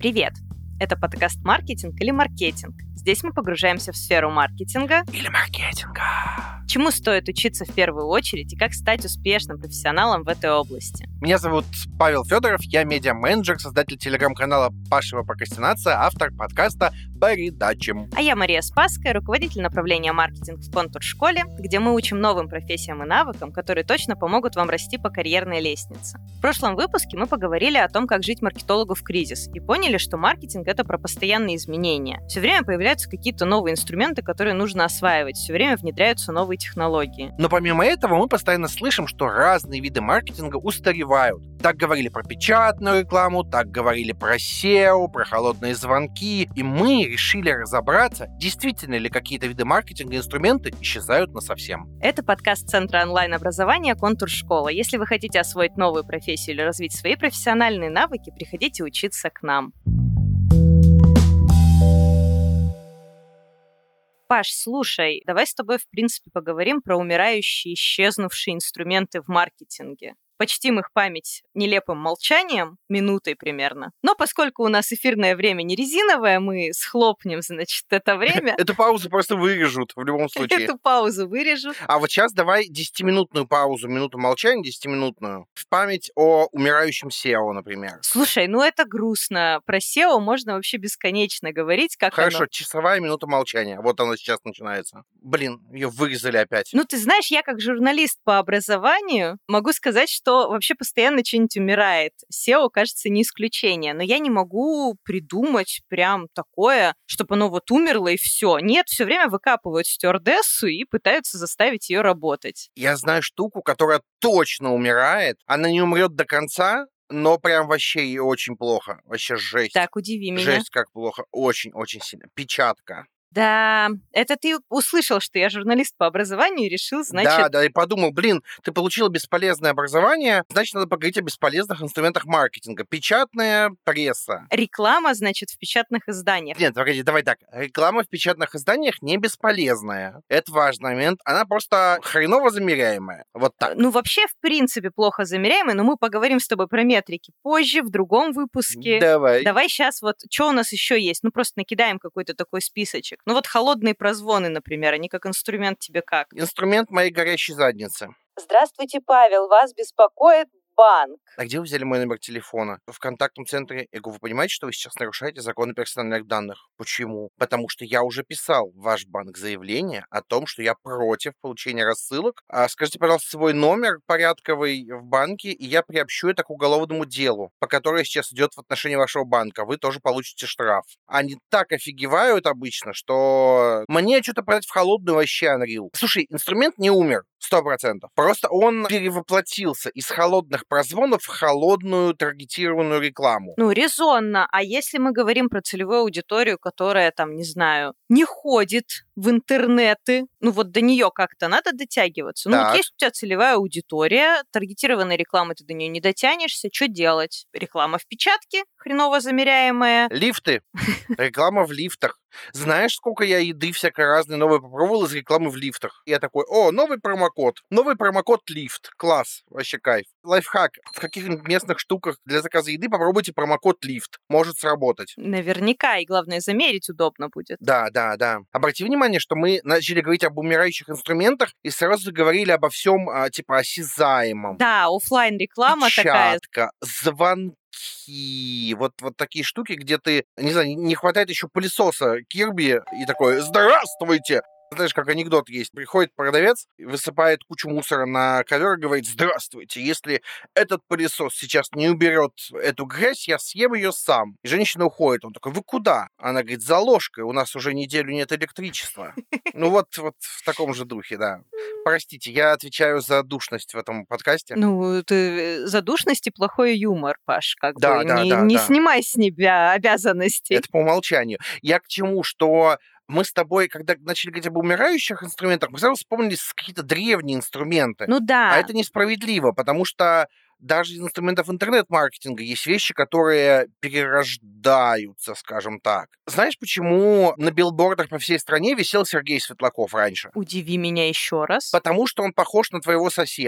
Привет! Это подкаст «Маркетинг» или «Маркетинг». Здесь мы погружаемся в сферу маркетинга или маркетинга. Чему стоит учиться в первую очередь и как стать успешным профессионалом в этой области. Меня зовут Павел Федоров, я медиа-менеджер, создатель телеграм-канала «Пашева прокрастинация», автор подкаста «Боридачим». А я Мария Спасская, руководитель направления «Маркетинг» в Контур-школе, где мы учим новым профессиям и навыкам, которые точно помогут вам расти по карьерной лестнице. В прошлом выпуске мы поговорили о том, как жить маркетологу в кризис, и поняли, что маркетинг — это про постоянные изменения. Все время появляются какие-то новые инструменты, которые нужно осваивать, все время внедряются новые технологии. Но помимо этого мы постоянно слышим, что разные виды маркетинга устаревают. Так говорили про печатную рекламу, так говорили про SEO, про холодные звонки. И мы решили разобраться, действительно ли какие-то виды маркетинга и инструменты исчезают насовсем. Это подкаст Центра онлайн-образования «Контур-школа». Если вы хотите освоить новую профессию или развить свои профессиональные навыки, приходите учиться к нам. Паш, слушай, давай с тобой, в принципе, поговорим про умирающие, исчезнувшие инструменты в маркетинге. Почтим их память нелепым молчанием, минутой примерно. Но поскольку у нас эфирное время не резиновое, мы схлопнем, значит, это время. Эту паузу просто вырежут в любом случае. Эту паузу вырежут. А вот сейчас давай 10-минутную паузу, минуту молчания, 10-минутную, в память о умирающем SEO, например. Слушай, это грустно. Про SEO можно вообще бесконечно говорить, как Хорошо, оно... часовая минута молчания. Вот она сейчас начинается. Блин, ее вырезали опять. Ты знаешь, я как журналист по образованию могу сказать, что вообще постоянно что-нибудь умирает. SEO, кажется, не исключение. Но я не могу придумать прям такое, чтобы оно вот умерло и все. Нет, все время выкапывают стюардессу и пытаются заставить ее работать. Я знаю штуку, которая точно умирает. Она не умрет до конца, но прям вообще ей очень плохо. Вообще жесть. Так, удиви меня. Жесть как плохо. Очень-очень сильно. Печатка. Да, это ты услышал, что я журналист по образованию и решил, значит... Да, и подумал, ты получила бесполезное образование, значит, надо поговорить о бесполезных инструментах маркетинга. Печатная пресса. Реклама, значит, в печатных изданиях. Нет, погоди, давай так. Реклама в печатных изданиях не бесполезная. Это важный момент. Она просто хреново замеряемая. Вот так. Вообще, в принципе, плохо замеряемая, но мы поговорим с тобой про метрики позже, в другом выпуске. Давай сейчас что у нас еще есть? Просто накидаем какой-то такой списочек. Холодные прозвоны, например, они как инструмент тебе как? Инструмент моей горящей задницы. Здравствуйте, Павел, вас беспокоит банк. А где вы взяли мой номер телефона? В контактном центре. Я говорю, вы понимаете, что вы сейчас нарушаете законы персональных данных? Почему? Потому что я уже писал в ваш банк заявление о том, что я против получения рассылок. Скажите, пожалуйста, свой номер порядковый в банке, и я приобщу это к уголовному делу, по которому сейчас идет в отношении вашего банка. Вы тоже получите штраф. Они так офигевают обычно, что мне что-то продать в холодную вообще Unreal. Слушай, инструмент не умер. 100%. Просто он перевоплотился из холодных прозвонов в холодную таргетированную рекламу. Резонно. А если мы говорим про целевую аудиторию, которая, не ходит в интернеты, до нее как-то надо дотягиваться. Есть у тебя целевая аудитория, таргетированной рекламы ты до нее не дотянешься, что делать? Реклама в печатке, хреново замеряемая. Лифты. Реклама в лифтах. Знаешь, сколько я еды всякой разной новой попробовал из рекламы в лифтах? Я такой, новый промокод. Новый промокод лифт. Класс. Вообще кайф. Лайфхак. В каких-нибудь местных штуках для заказа еды попробуйте промокод лифт. Может сработать. Наверняка. И главное, замерить удобно будет. Да. Обрати внимание, что мы начали говорить об умирающих инструментах и сразу заговорили обо всем, осязаемом. Да, офлайн реклама такая. Печатка, звонки. Вот такие штуки, где ты, не знаю, не хватает еще пылесоса Кирби и такой «Здравствуйте!» Знаешь, как анекдот есть. Приходит продавец, высыпает кучу мусора на ковер и говорит: «Здравствуйте, если этот пылесос сейчас не уберет эту грязь, я съем ее сам». И женщина уходит. Он такой: «Вы куда?» Она говорит: «За ложкой, у нас уже неделю нет электричества». Вот в таком же духе, да. Простите, я отвечаю за душность в этом подкасте. Ты за душность и плохой юмор, Паш, Да. Не снимай с себя обязанности. Это по умолчанию. Я к чему, что мы с тобой, когда начали говорить об умирающих инструментах, мы сразу вспомнили какие-то древние инструменты. Да. А это несправедливо, потому что даже из инструментов интернет-маркетинга есть вещи, которые перерождаются, скажем так. Знаешь, почему на билбордах по всей стране висел Сергей Светлаков раньше? Удиви меня еще раз. Потому что он похож на твоего соседа.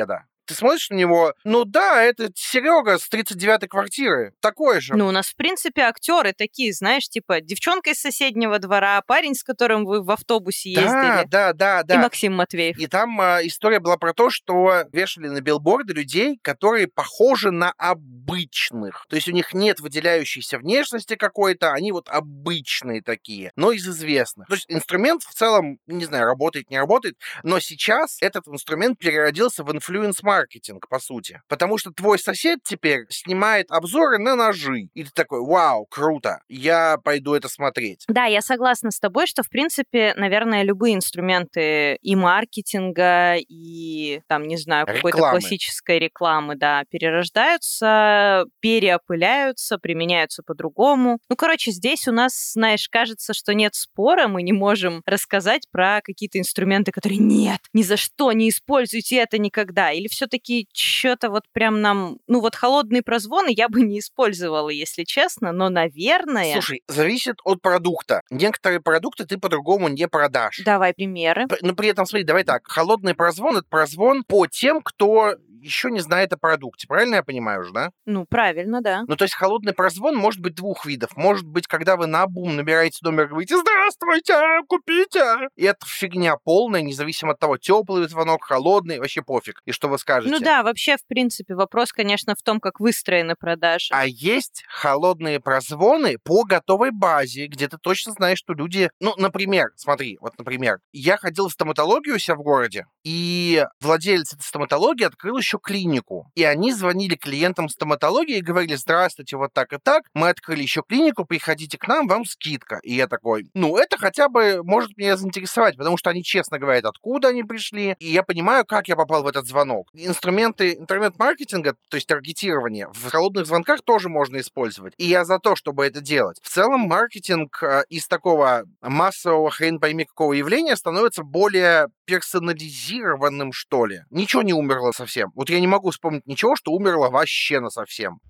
ты смотришь на него, ну да, это Серега с 39-й квартиры, такой же. Ну, у нас, в принципе, актеры такие, знаешь, типа девчонка из соседнего двора, парень, с которым вы в автобусе ездили. Да. И Максим Матвеев. И там история была про то, что вешали на билборды людей, которые похожи на обычных. То есть у них нет выделяющейся внешности какой-то, они вот обычные такие, но из известных. То есть инструмент в целом, не знаю, работает, не работает, но сейчас этот инструмент переродился в инфлюенс-маркетинг, по сути. Потому что твой сосед теперь снимает обзоры на ножи. И ты такой, вау, круто, я пойду это смотреть. Да, я согласна с тобой, что, в принципе, наверное, любые инструменты и маркетинга, и, там, не знаю, какой-то классической рекламы, да, перерождаются, переопыляются, применяются по-другому. Ну, короче, здесь у нас, знаешь, кажется, что нет спора, мы не можем рассказать про какие-то инструменты, которые нет, ни за что не используйте это никогда. Или все-таки что-то вот прям нам... Ну, вот холодные прозвоны я бы не использовала, если честно, но, наверное... Слушай, зависит от продукта. Некоторые продукты ты по-другому не продашь. Давай примеры. Но при этом, смотри, давай так. Холодный прозвон — это прозвон по тем, кто еще не знает о продукте. Правильно я понимаю уже, да? Ну, правильно, да. Ну, то есть холодный прозвон может быть двух видов. Может быть, когда вы наобум набираете номер и говорите «Здравствуйте, купите!» И это фигня полная, независимо от того, теплый звонок, холодный, вообще пофиг. И что вы скажете? Ну да, вообще, в принципе, вопрос, конечно, в том, как выстроены продажи. А есть холодные прозвоны по готовой базе, где ты точно знаешь, что люди... Ну, например, смотри, вот, например, я ходил в стоматологию у себя в городе, и владелец этой стоматологии открыл еще клинику. И они звонили клиентам стоматологии и говорили: здравствуйте, вот так и так, мы открыли еще клинику, приходите к нам, вам скидка. И я такой, ну, это хотя бы может меня заинтересовать, потому что они честно говорят, откуда они пришли, и я понимаю, как я попал в этот звонок. Инструменты интернет-маркетинга, то есть таргетирование, в холодных звонках тоже можно использовать. И я за то, чтобы это делать. В целом, маркетинг из такого массового хрен пойми какого явления становится более персонализированным, что ли. Ничего не умерло совсем. Вот я не могу вспомнить ничего, что умерло вообще насовсем.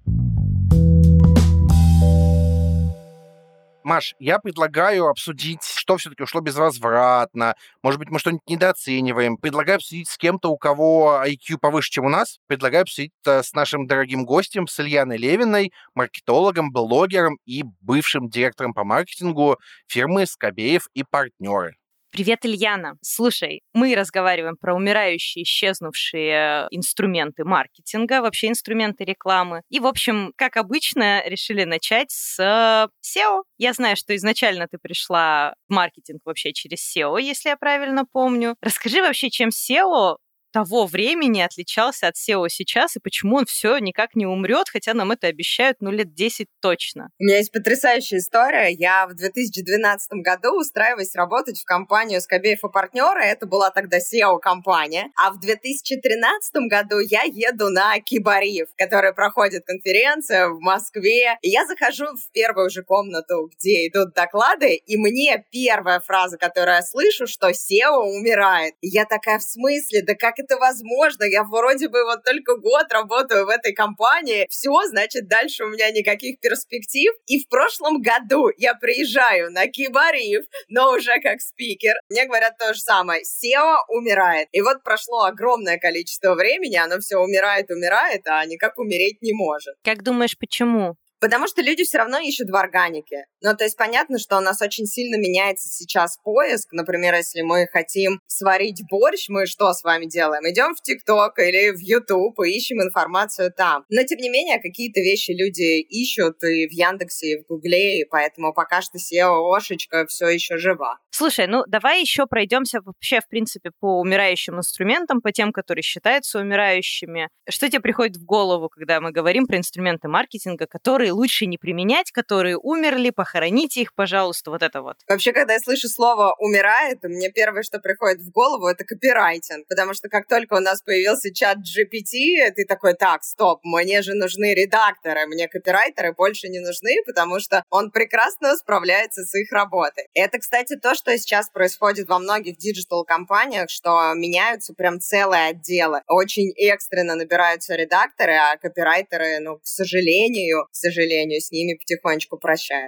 Маш, я предлагаю обсудить, что все-таки ушло безвозвратно. Может быть, мы что-нибудь недооцениваем. Предлагаю обсудить с кем-то, у кого IQ повыше, чем у нас. Предлагаю обсудить с нашим дорогим гостем, с Ильяной Левиной, маркетологом, блогером и бывшим директором по маркетингу фирмы «Скобеев и партнеры». Привет, Ильяна. Слушай, мы разговариваем про умирающие, исчезнувшие инструменты маркетинга, вообще инструменты рекламы. И, в общем, как обычно, решили начать с SEO. Я знаю, что изначально ты пришла в маркетинг вообще через SEO, если я правильно помню. Расскажи вообще, чем SEO того времени отличался от SEO сейчас, и почему он все никак не умрет, хотя нам это обещают, лет 10 точно. У меня есть потрясающая история. Я в 2012 году устраиваюсь работать в компанию «Скобеев и партнеры». Это была тогда SEO-компания. А в 2013 году я еду на Кибариф, которая проходит конференция в Москве. И я захожу в первую же комнату, где идут доклады, и мне первая фраза, которую я слышу, что SEO умирает. И я такая, в смысле? Да как это возможно? Я вроде бы вот только год работаю в этой компании. Все, значит, дальше у меня никаких перспектив. И в прошлом году я приезжаю на Кибариф, но уже как спикер. Мне говорят то же самое. SEO умирает. И вот прошло огромное количество времени, оно все умирает, а никак умереть не может. Как думаешь, почему? Потому что люди все равно ищут в органике. Ну, то есть понятно, что у нас очень сильно меняется сейчас поиск. Например, если мы хотим сварить борщ, мы что с вами делаем? Идем в ТикТок или в Ютуб и ищем информацию там. Но, тем не менее, какие-то вещи люди ищут и в Яндексе, и в Гугле, и поэтому пока что SEO-ошечка все еще жива. Слушай, давай еще пройдемся вообще, в принципе, по умирающим инструментам, по тем, которые считаются умирающими. Что тебе приходит в голову, когда мы говорим про инструменты маркетинга, которые лучше не применять, которые умерли, похороните их, пожалуйста, вот это вот. Вообще, когда я слышу слово «умирает», мне первое, что приходит в голову, это копирайтинг, потому что как только у нас появился чат GPT, ты такой, так, стоп, мне же нужны редакторы, мне копирайтеры больше не нужны, потому что он прекрасно справляется с их работой. И это, кстати, то, что сейчас происходит во многих диджитал-компаниях, что меняются прям целые отделы. Очень экстренно набираются редакторы, а копирайтеры, к сожалению, с ними потихонечку прощаются.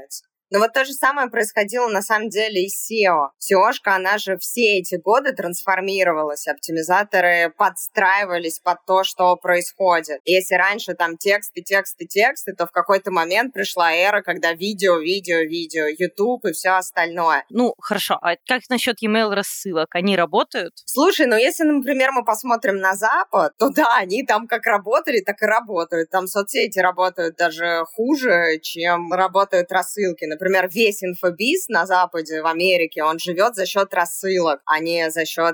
Но вот то же самое происходило на самом деле и с SEO. SEO-шка, она же все эти годы трансформировалась, оптимизаторы подстраивались под то, что происходит. Если раньше там тексты, то в какой-то момент пришла эра, когда видео, YouTube и все остальное. Ну, хорошо, а как насчет e-mail рассылок? Они работают? Слушай, ну если, например, мы посмотрим на Запад, то да, они там как работали, так и работают. Там соцсети работают даже хуже, чем работают рассылки. Например, весь инфобиз на Западе, в Америке, он живет за счет рассылок, а не за счет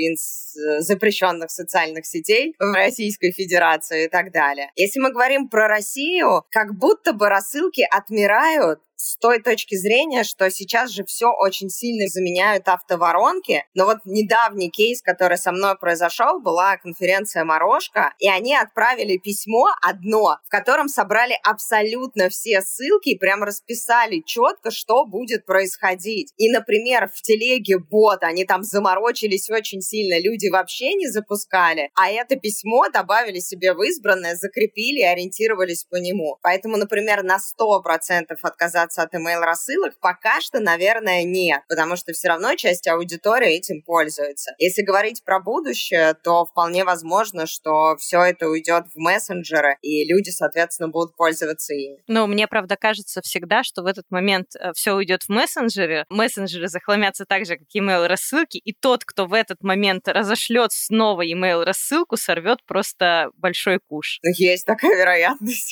запрещенных социальных сетей в Российской Федерации и так далее. Если мы говорим про Россию, как будто бы рассылки отмирают с той точки зрения, что сейчас же все очень сильно заменяют автоворонки. Но вот недавний кейс, который со мной произошел, была конференция «Морошка», и они отправили письмо одно, в котором собрали абсолютно все ссылки и прям расписали четко, что будет происходить. И, например, в телеге бот они там заморочились очень сильно, люди вообще не запускали, а это письмо добавили себе в избранное, закрепили и ориентировались по нему. Поэтому, например, на 100% отказаться от email-рассылок пока что, наверное, нет, потому что все равно часть аудитории этим пользуется. Если говорить про будущее, то вполне возможно, что все это уйдет в мессенджеры, и люди, соответственно, будут пользоваться ими. Но мне, правда, кажется всегда, что в этот момент все уйдет в мессенджеры, мессенджеры захламятся так же, как email-рассылки, и тот, кто в этот момент разошлет снова email-рассылку, сорвет просто большой куш. Есть такая вероятность.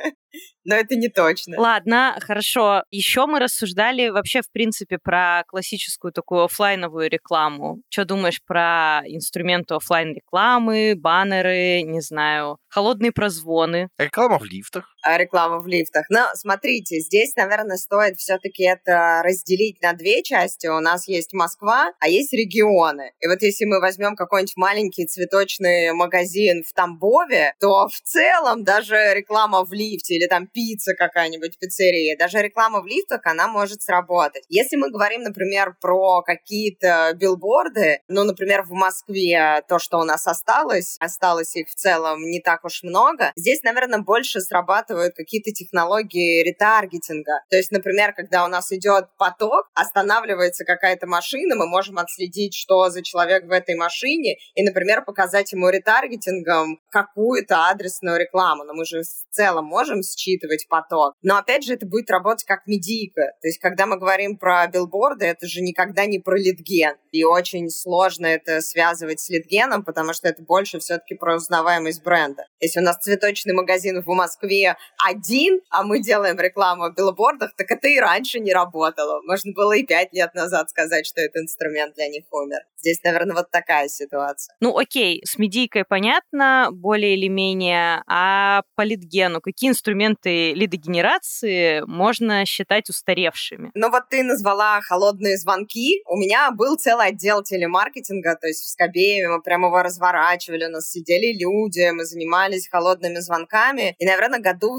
Но это не точно. Ладно, хорошо. Еще мы рассуждали вообще, в принципе, про классическую такую офлайновую рекламу. Что думаешь про инструменты офлайн-рекламы, баннеры, не знаю, холодные прозвоны? Реклама в лифтах. Реклама в лифтах. Но смотрите, здесь, наверное, стоит все-таки это разделить на две части. У нас есть Москва, а есть регионы. И вот если мы возьмем какой-нибудь маленький цветочный магазин в Тамбове, то в целом даже реклама в лифте или там пицца какая-нибудь, пиццерия, даже реклама в лифтах, она может сработать. Если мы говорим, например, про какие-то билборды, ну, например, в Москве то, что у нас осталось их в целом не так уж много, здесь, наверное, больше срабатывают какие-то технологии ретаргетинга. То есть, например, когда у нас идет поток, останавливается какая-то машина, мы можем отследить, что за человек в этой машине, и, например, показать ему ретаргетингом какую-то адресную рекламу. Но мы же в целом можем считывать поток. Но, опять же, это будет работать как медийка. То есть, когда мы говорим про билборды, это же никогда не про лидген. И очень сложно это связывать с лидгеном, потому что это больше все-таки про узнаваемость бренда. Если у нас цветочный магазин в Москве один, а мы делаем рекламу в билбордах, так это и раньше не работало. Можно было и 5 лет назад сказать, что этот инструмент для них умер. Здесь, наверное, вот такая ситуация. Ну, окей, с медийкой понятно, более или менее, а по лидгену какие инструменты лидогенерации можно считать устаревшими? Ну вот ты назвала холодные звонки. У меня был целый отдел телемаркетинга, то есть в Скабееве мы прямо его разворачивали, у нас сидели люди, мы занимались холодными звонками. И, наверное, году в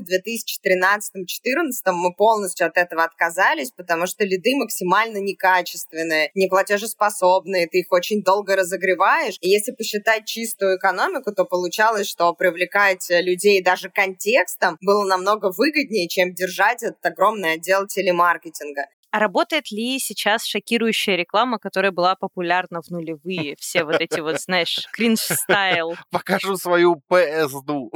2013-2014 мы полностью от этого отказались, потому что лиды максимально некачественные, неплатежеспособные, ты их очень долго разогреваешь. И если посчитать чистую экономику, то получалось, что привлекать людей даже контекстом было намного выгоднее, чем держать этот огромный отдел телемаркетинга. А работает ли сейчас шокирующая реклама, которая была популярна в нулевые? Все вот эти вот, знаешь, кринж-стайл. Покажу свою ПСДу.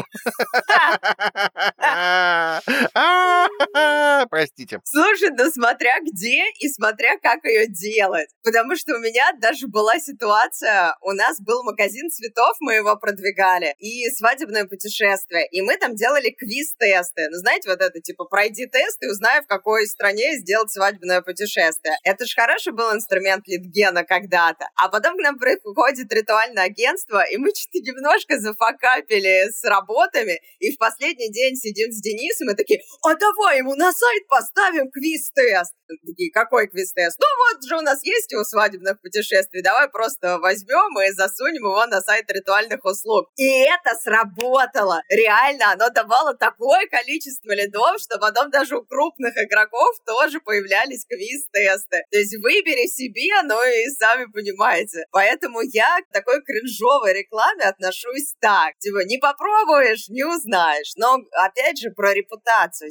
Простите. Слушай, ну смотря где и смотря как ее делать. Потому что у меня даже была ситуация, у нас был магазин цветов, мы его продвигали, и свадебное путешествие. И мы там делали квиз-тесты. Ну, знаете, вот это, типа, пройди тест и узнай, в какой стране сделать свадебное путешествие. Это же хороший был инструмент лидгена когда-то. А потом к нам приходит ритуальное агентство, и мы что-то немножко зафакапили с работами, и в последний день сидим с Денисом и такие: а давай ему на сайт поставим квиз-тест. Такие: какой квиз-тест? Ну вот же у нас есть у свадебных путешествий, давай просто возьмем и засунем его на сайт ритуальных услуг. И это сработало. Реально, оно давало такое количество лидов, что потом даже у крупных игроков тоже появлялись квиз-тесты. То есть выбери себе, ну и сами понимаете. Поэтому я к такой кринжовой рекламе отношусь так. Типа, не попробуешь, не узнаешь. Но, опять же, про репутацию. Здесь всегда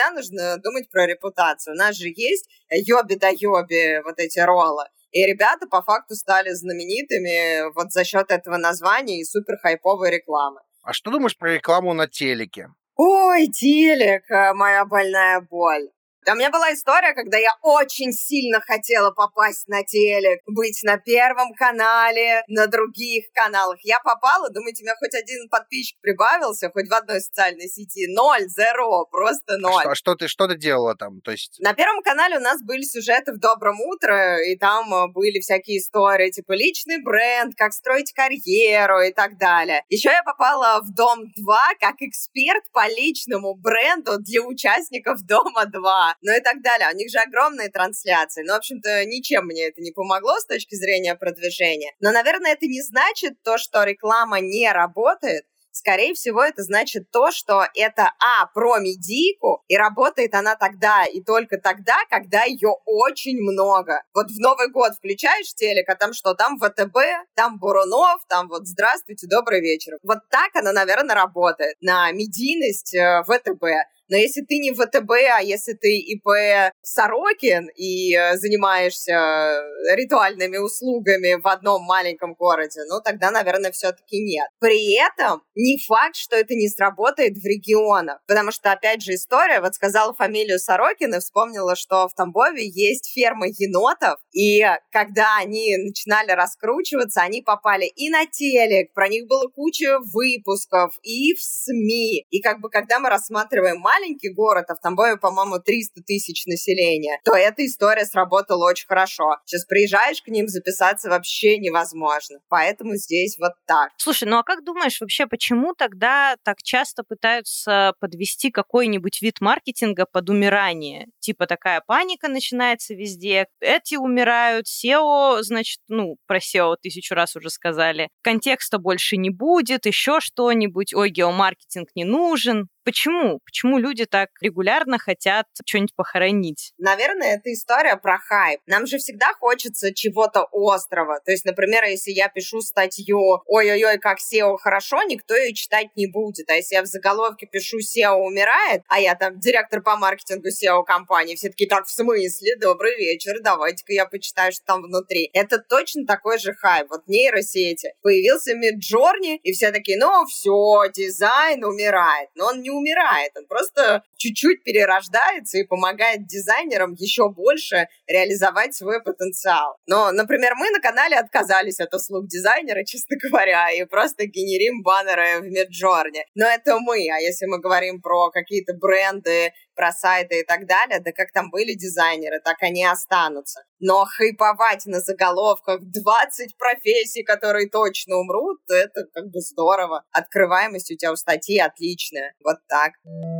всегда нужно думать про репутацию. У нас же есть йоби да йоби, вот эти роллы. И ребята по факту стали знаменитыми вот за счет этого названия и супер хайповой рекламы. А что думаешь про рекламу на телеке? Ой, телек, моя больная боль. У меня была история, когда я очень сильно хотела попасть на телек, быть на Первом канале, на других каналах. Я попала, думаете, у меня хоть один подписчик прибавился, хоть в одной социальной сети? 0, 0, просто 0. А что ты делала там? То есть... На Первом канале у нас были сюжеты в «Добром утро», и там были всякие истории, типа личный бренд, как строить карьеру и так далее. Еще я попала в «Дом-2» как эксперт по личному бренду для участников «Дома-2». Ну и так далее. У них же огромные трансляции. Ну, в общем-то, ничем мне это не помогло с точки зрения продвижения. Но, наверное, это не значит то, что реклама не работает. Скорее всего, это значит то, что это, про медийку, и работает она тогда и только тогда, когда ее очень много. Вот в Новый год включаешь телек, а там что? Там ВТБ, там Бурунов, там вот «Здравствуйте, добрый вечер». Вот так она, наверное, работает на медийность ВТБ. Но если ты не ВТБ, а если ты ИП Сорокин и занимаешься ритуальными услугами в одном маленьком городе, ну тогда, наверное, все-таки нет. При этом не факт, что это не сработает в регионах. Потому что, опять же, история, вот сказала фамилию Сорокин и вспомнила, что в Тамбове есть ферма енотов, и когда они начинали раскручиваться, они попали и на телек, про них было куча выпусков, и в СМИ. И как бы, когда мы рассматриваем маленький город, а в Тамбове, по-моему, 300 тысяч населения, то эта история сработала очень хорошо. Сейчас приезжаешь к ним, записаться вообще невозможно. Поэтому здесь вот так. Слушай, ну а как думаешь вообще, почему тогда так часто пытаются подвести какой-нибудь вид маркетинга под умирание? Типа такая паника начинается везде, эти умирают, SEO, значит, про SEO 1000 раз уже сказали, контекста больше не будет, еще что-нибудь, ой, геомаркетинг не нужен. Почему? Почему люди так регулярно хотят что-нибудь похоронить? Наверное, это история про хайп. Нам же всегда хочется чего-то острого. То есть, например, если я пишу статью «Ой-ой-ой, как SEO хорошо», никто ее читать не будет. А если я в заголовке пишу «SEO умирает», а я там директор по маркетингу SEO-компании, все такие: так, в смысле? Добрый вечер, давайте-ка я почитаю, что там внутри. Это точно такой же хайп. Вот нейросети. Появился Midjourney, и все такие: ну все, дизайн умирает. Но он не умирает, он просто чуть-чуть перерождается и помогает дизайнерам еще больше реализовать свой потенциал. Но, например, мы на канале отказались от услуг дизайнера, честно говоря, и просто генерим баннеры в Midjourney. Но это мы, а если мы говорим про какие-то бренды, про сайты и так далее, да как там были дизайнеры, так они останутся. Но хайповать на заголовках 20 профессий, которые точно умрут, это как бы здорово. Открываемость у тебя у статьи отличная. Вот так.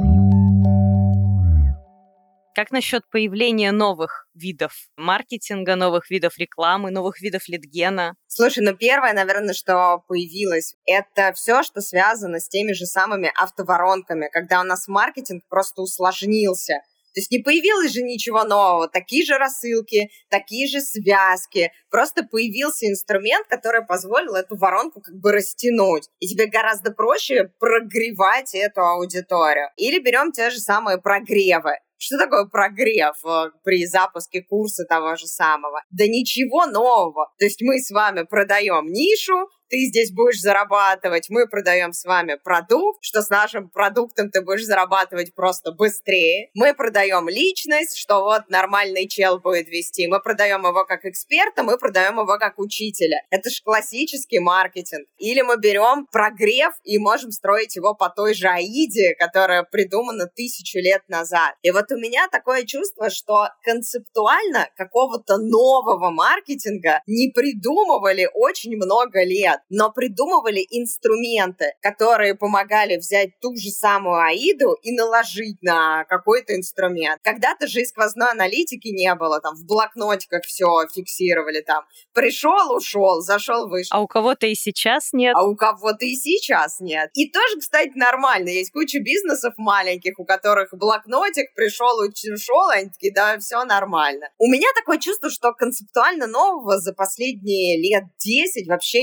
Как насчет появления новых видов маркетинга, новых видов рекламы, новых видов лидгена? Слушай, первое, наверное, что появилось, это все, что связано с теми же самыми автоворонками, когда у нас маркетинг просто усложнился. То есть не появилось же ничего нового, такие же рассылки, такие же связки. Просто появился инструмент, который позволил эту воронку как бы растянуть. И тебе гораздо проще прогревать эту аудиторию. Или берем те же самые прогревы. Что такое прогрев при запуске курса того же самого? Да ничего нового. То есть мы с вами продаем нишу, ты здесь будешь зарабатывать, мы продаем с вами продукт, что с нашим продуктом ты будешь зарабатывать просто быстрее. Мы продаем личность, что вот нормальный чел будет вести. Мы продаем его как эксперта, мы продаем его как учителя. Это же классический маркетинг. Или мы берем прогрев и можем строить его по той же Аиде, которая придумана 1000 лет назад. И вот у меня такое чувство, что концептуально какого-то нового маркетинга не придумывали очень много лет. Но придумывали инструменты, которые помогали взять ту же самую Аиду и наложить на какой-то инструмент. Когда-то же и сквозной аналитики не было, там в блокнотиках все фиксировали, там пришел, ушел, зашел, вышел. А у кого-то и сейчас нет. А у кого-то и сейчас нет. И тоже, кстати, нормально. Есть куча бизнесов маленьких, у которых блокнотик пришел, ушел, они такие: да, все нормально. У меня такое чувство, что концептуально нового за последние лет 10 вообще ничего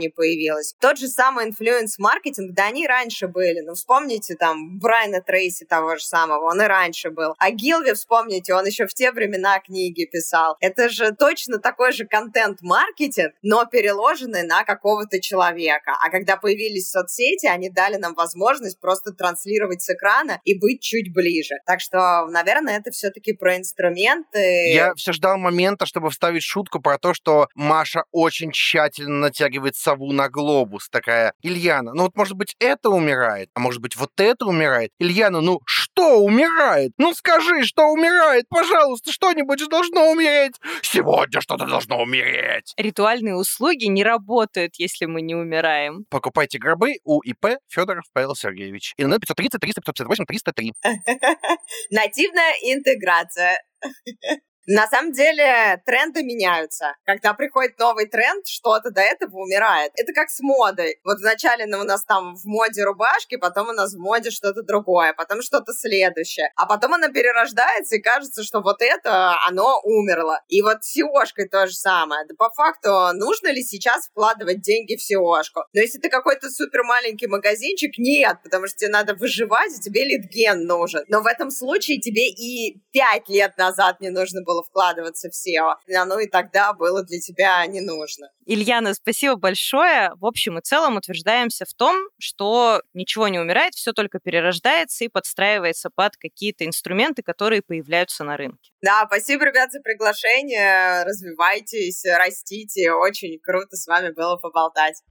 не появилось. Тот же самый инфлюенс-маркетинг, да, они раньше были. Ну, вспомните там Брайана Трейси того же самого, он и раньше был. А Гилви, вспомните, он еще в те времена книги писал. Это же точно такой же контент-маркетинг, но переложенный на какого-то человека. А когда появились соцсети, они дали нам возможность просто транслировать с экрана и быть чуть ближе. Так что, наверное, это все-таки про инструменты. Я все ждал момента, чтобы вставить шутку про то, что Маша очень тщательно натягивает сову на глобус. Такая: Ильяна, ну вот может быть это умирает, а может быть вот это умирает. Ильяна, ну что умирает? Ну скажи, что умирает, пожалуйста, что-нибудь же должно умереть. Сегодня что-то должно умереть. Ритуальные услуги не работают, если мы не умираем. Покупайте гробы у ИП Федоров Павел Сергеевич. И номер 530 358 303. Нативная интеграция. На самом деле тренды меняются. Когда приходит новый тренд, что-то до этого умирает. Это как с модой. Вот вначале у нас там в моде рубашки, потом у нас в моде что-то другое, потом что-то следующее. А потом она перерождается, и кажется, что вот это, оно умерло. И вот с SEO-шкой то же самое. Да по факту, нужно ли сейчас вкладывать деньги в SEO-шку? Но если ты какой-то супер маленький магазинчик, нет, потому что тебе надо выживать, и тебе лид-ген нужен. Но в этом случае тебе и 5 лет назад не нужно было вкладываться в SEO. Оно и тогда было для тебя не нужно. Ильяна, спасибо большое. В общем и целом утверждаемся в том, что ничего не умирает, все только перерождается и подстраивается под какие-то инструменты, которые появляются на рынке. Да, спасибо, ребят, за приглашение. Развивайтесь, растите. Очень круто с вами было поболтать.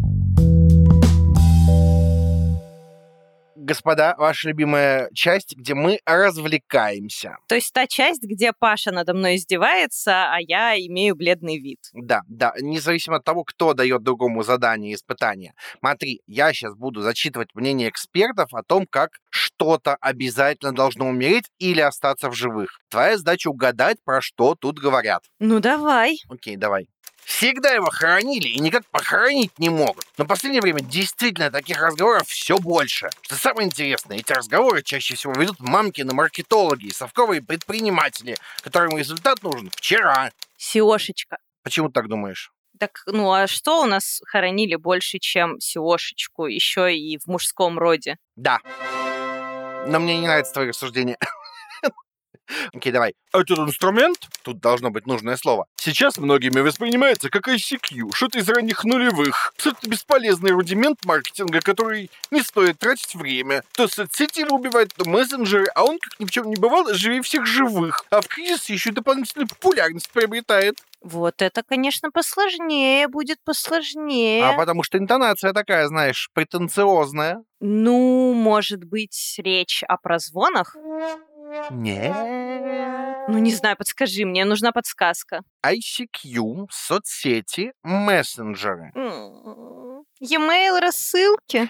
Господа, ваша любимая часть, где мы развлекаемся. То есть та часть, где Паша надо мной издевается, а я имею бледный вид. Да, независимо от того, кто дает другому задание и испытание. Смотри, я сейчас буду зачитывать мнение экспертов о том, как что-то обязательно должно умереть или остаться в живых. Твоя задача угадать, про что тут говорят. Ну, давай. Окей, давай. Всегда его хоронили и никак похоронить не могут. Но в последнее время действительно таких разговоров все больше. Что самое интересное, эти разговоры чаще всего ведут мамкины маркетологи и совковые предприниматели, которым результат нужен вчера. SEO-шечка. Почему ты так думаешь? Так, ну а что у нас хоронили больше, чем SEO-шечку, еще и в мужском роде? Да. Но мне не нравится твое рассуждение. Окей, давай. Этот инструмент, тут должно быть нужное слово, сейчас многими воспринимается как ICQ, что-то из ранних нулевых. Абсолютно бесполезный рудимент маркетинга, который не стоит тратить время. То соцсети его убивают, то мессенджеры, а он, как ни в чем не бывало, живее всех живых. А в кризис еще и дополнительную популярность приобретает. Вот это, конечно, посложнее будет, посложнее. А потому что интонация такая, знаешь, претенциозная. Ну, может быть, речь о прозвонах? Нет. Ну, не знаю, подскажи, мне нужна подсказка. ICQ, соцсети, мессенджеры. E-mail, рассылки?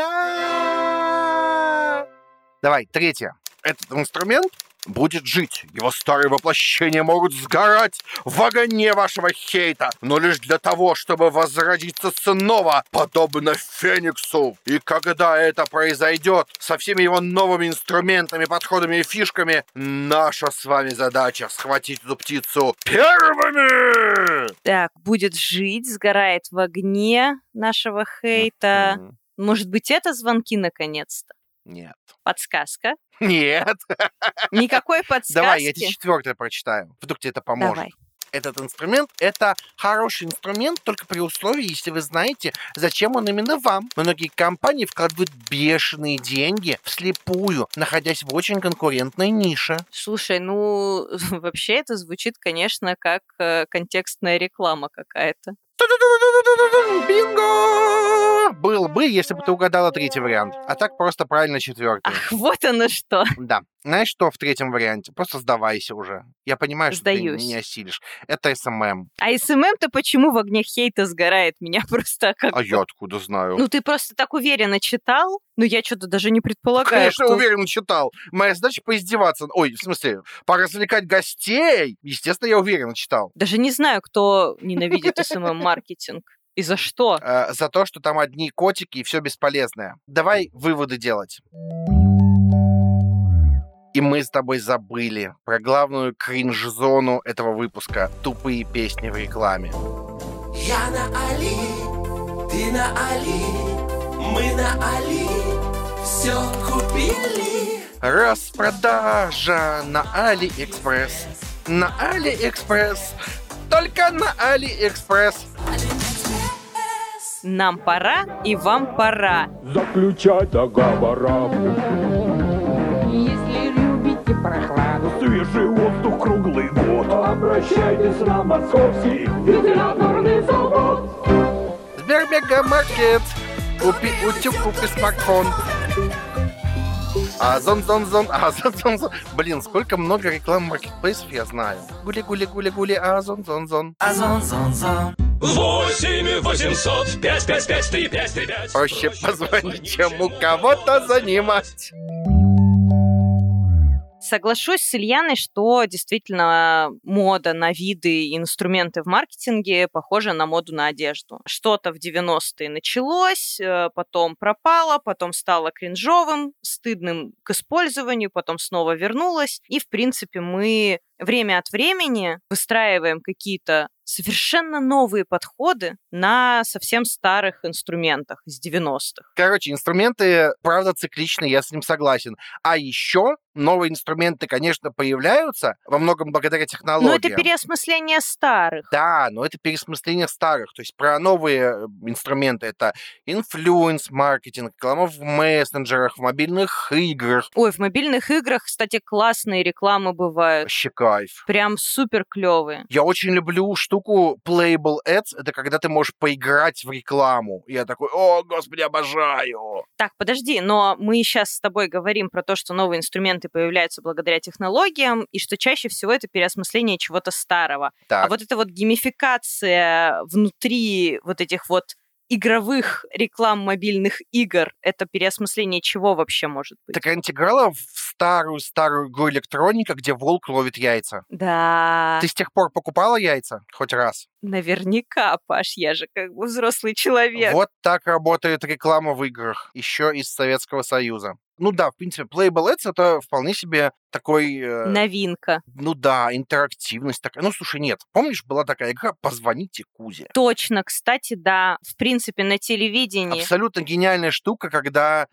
Да! Давай, третье. Этот инструмент будет жить. Его старые воплощения могут сгорать в огне вашего хейта, но лишь для того, чтобы возродиться снова, подобно Фениксу. И когда это произойдет, со всеми его новыми инструментами, подходами и фишками, наша с вами задача схватить эту птицу первыми! Так, будет жить, сгорает в огне нашего хейта. Может быть, это звонки наконец-то? Нет. Подсказка? Нет. Никакой подсказки? Давай, я тебе 4 прочитаю. Вдруг тебе это поможет. Давай. Этот инструмент — это хороший инструмент только при условии, если вы знаете, зачем он именно вам. Многие компании вкладывают бешеные деньги вслепую, находясь в очень конкурентной нише. Слушай, ну, вообще это звучит, конечно, как контекстная реклама какая-то. Бинго! Был бы, если бы ты угадала 3-й вариант. А так просто правильно 4-й. Ах, вот оно что. Да. Знаешь, что в 3-м варианте? Просто сдавайся уже. Я понимаю, что ты не осилишь. Это СММ. А СММ-то почему в огне хейта сгорает? Меня просто как... А я откуда знаю? Ну, ты просто так уверенно читал, но я что-то даже не предполагаю, Конечно, уверенно читал. Моя задача поиздеваться. Ой, в смысле, поразвлекать гостей. Естественно, я уверенно читал. Даже не знаю, кто ненавидит СММ-маркетинг. И за что? За то, что там одни котики и все бесполезное. Давай выводы делать. И мы с тобой забыли про главную кринж-зону этого выпуска. Тупые песни в рекламе. Яна Али Ты на Али, мы на Али, все купили. Распродажа на Алиэкспресс. На Алиэкспресс. Только на Алиэкспресс. Нам пора, и вам пора. Заключать договора. Если любите прохладу, Свежий воздух круглый год. Обращайтесь на Московский ветеринарный завод. Сбермегамаркет. Купи утюг, купи смартфон. Озон. Блин, сколько много реклам маркетплейсов я знаю. Гули, Озон. Озон. 8 800 555 3535. Проще позвонить, чем у кого-то занимать. Соглашусь с Ильяной, что действительно мода на виды и инструменты в маркетинге похожа на моду на одежду. Что-то в 90-е началось, потом пропало, потом стало кринжовым, стыдным к использованию, потом снова вернулось. И, в принципе, мы время от времени выстраиваем какие-то совершенно новые подходы на совсем старых инструментах из 90-х. Короче, инструменты, правда, цикличны, я с ним согласен. А еще новые инструменты, конечно, появляются во многом благодаря технологиям. Но это переосмысление старых. Да, но это переосмысление старых. То есть про новые инструменты это инфлюенс-маркетинг, реклама в мессенджерах, в мобильных играх. Ой, в мобильных играх, кстати, классные рекламы бывают. Вообще кайф. Прям супер клевые. Я очень люблю штуку Playable Ads. Это когда ты можешь поиграть в рекламу. Я такой, о, господи, обожаю. Так, подожди, но мы сейчас с тобой говорим про то, что новые инструменты появляются благодаря технологиям, и что чаще всего это переосмысление чего-то старого. Так. А вот эта вот геймификация внутри вот этих вот игровых реклам мобильных игр, это переосмысление чего вообще может быть? Так ты играла в старую игру электроника, где волк ловит яйца? Да. Ты с тех пор покупала яйца хоть раз? Наверняка, Паш, я же как бы взрослый человек. Вот так работает реклама в играх, еще из Советского Союза. Ну да, в принципе, Playable Ads — это вполне себе такой... Новинка. Ну да, интерактивность такая. Ну, слушай, нет. Помнишь, была такая игра «Позвоните Кузе»? Точно, кстати, да. В принципе, на телевидении. Абсолютно гениальная штука, когда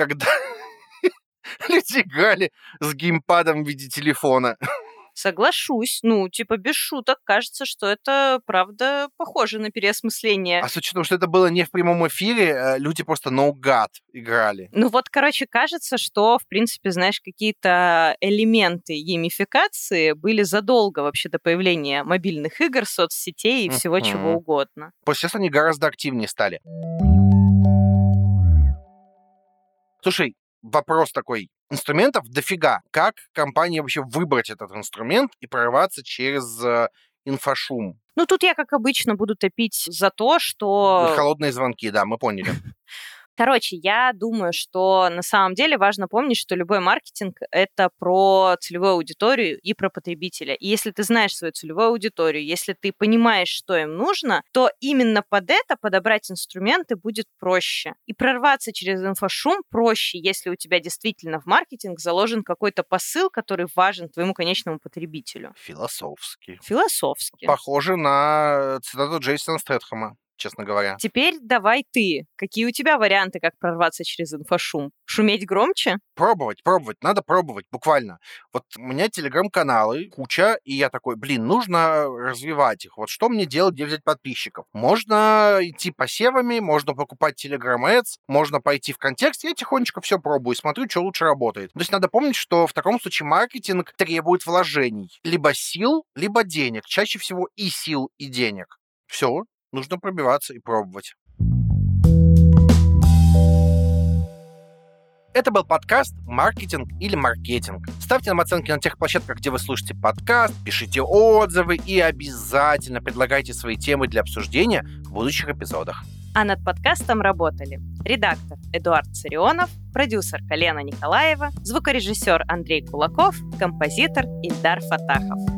люди играли с геймпадом в виде телефона. Соглашусь. Ну, типа, без шуток, кажется, что это, правда, похоже на переосмысление. А с учетом, что это было не в прямом эфире, люди просто наугад играли. Ну вот, короче, кажется, что, в принципе, знаешь, какие-то элементы геймификации были задолго вообще до появления мобильных игр, соцсетей и всего чего угодно. Сейчас они гораздо активнее стали. Слушай, вопрос такой. Инструментов дофига. Как компании вообще выбрать этот инструмент и прорваться через инфошум? Ну, тут я, как обычно, буду топить за то, что... Холодные звонки, да, мы поняли. Короче, я думаю, что на самом деле важно помнить, что любой маркетинг — это про целевую аудиторию и про потребителя. И если ты знаешь свою целевую аудиторию, если ты понимаешь, что им нужно, то именно под это подобрать инструменты будет проще. И прорваться через инфошум проще, если у тебя действительно в маркетинг заложен какой-то посыл, который важен твоему конечному потребителю. Философски. Похоже на цитату Джейсона Стэтхэма, честно говоря. Теперь давай ты. Какие у тебя варианты, как прорваться через инфошум? Шуметь громче? Пробовать. Надо пробовать, буквально. Вот у меня телеграм-каналы куча, и я такой, нужно развивать их. Вот что мне делать, где взять подписчиков? Можно идти посевами, можно покупать Telegram Ads, можно пойти в контекст. Я тихонечко все пробую, смотрю, что лучше работает. То есть надо помнить, что в таком случае маркетинг требует вложений. Либо сил, либо денег. Чаще всего и сил, и денег. Все. Нужно пробиваться и пробовать. Это был подкаст «Маркетинг или маркетинг». Ставьте нам оценки на тех площадках, где вы слушаете подкаст, пишите отзывы и обязательно предлагайте свои темы для обсуждения в будущих эпизодах. А над подкастом работали редактор Эдуард Царионов, продюсер Колена Николаева, звукорежиссер Андрей Кулаков, композитор Ильдар Фатахов.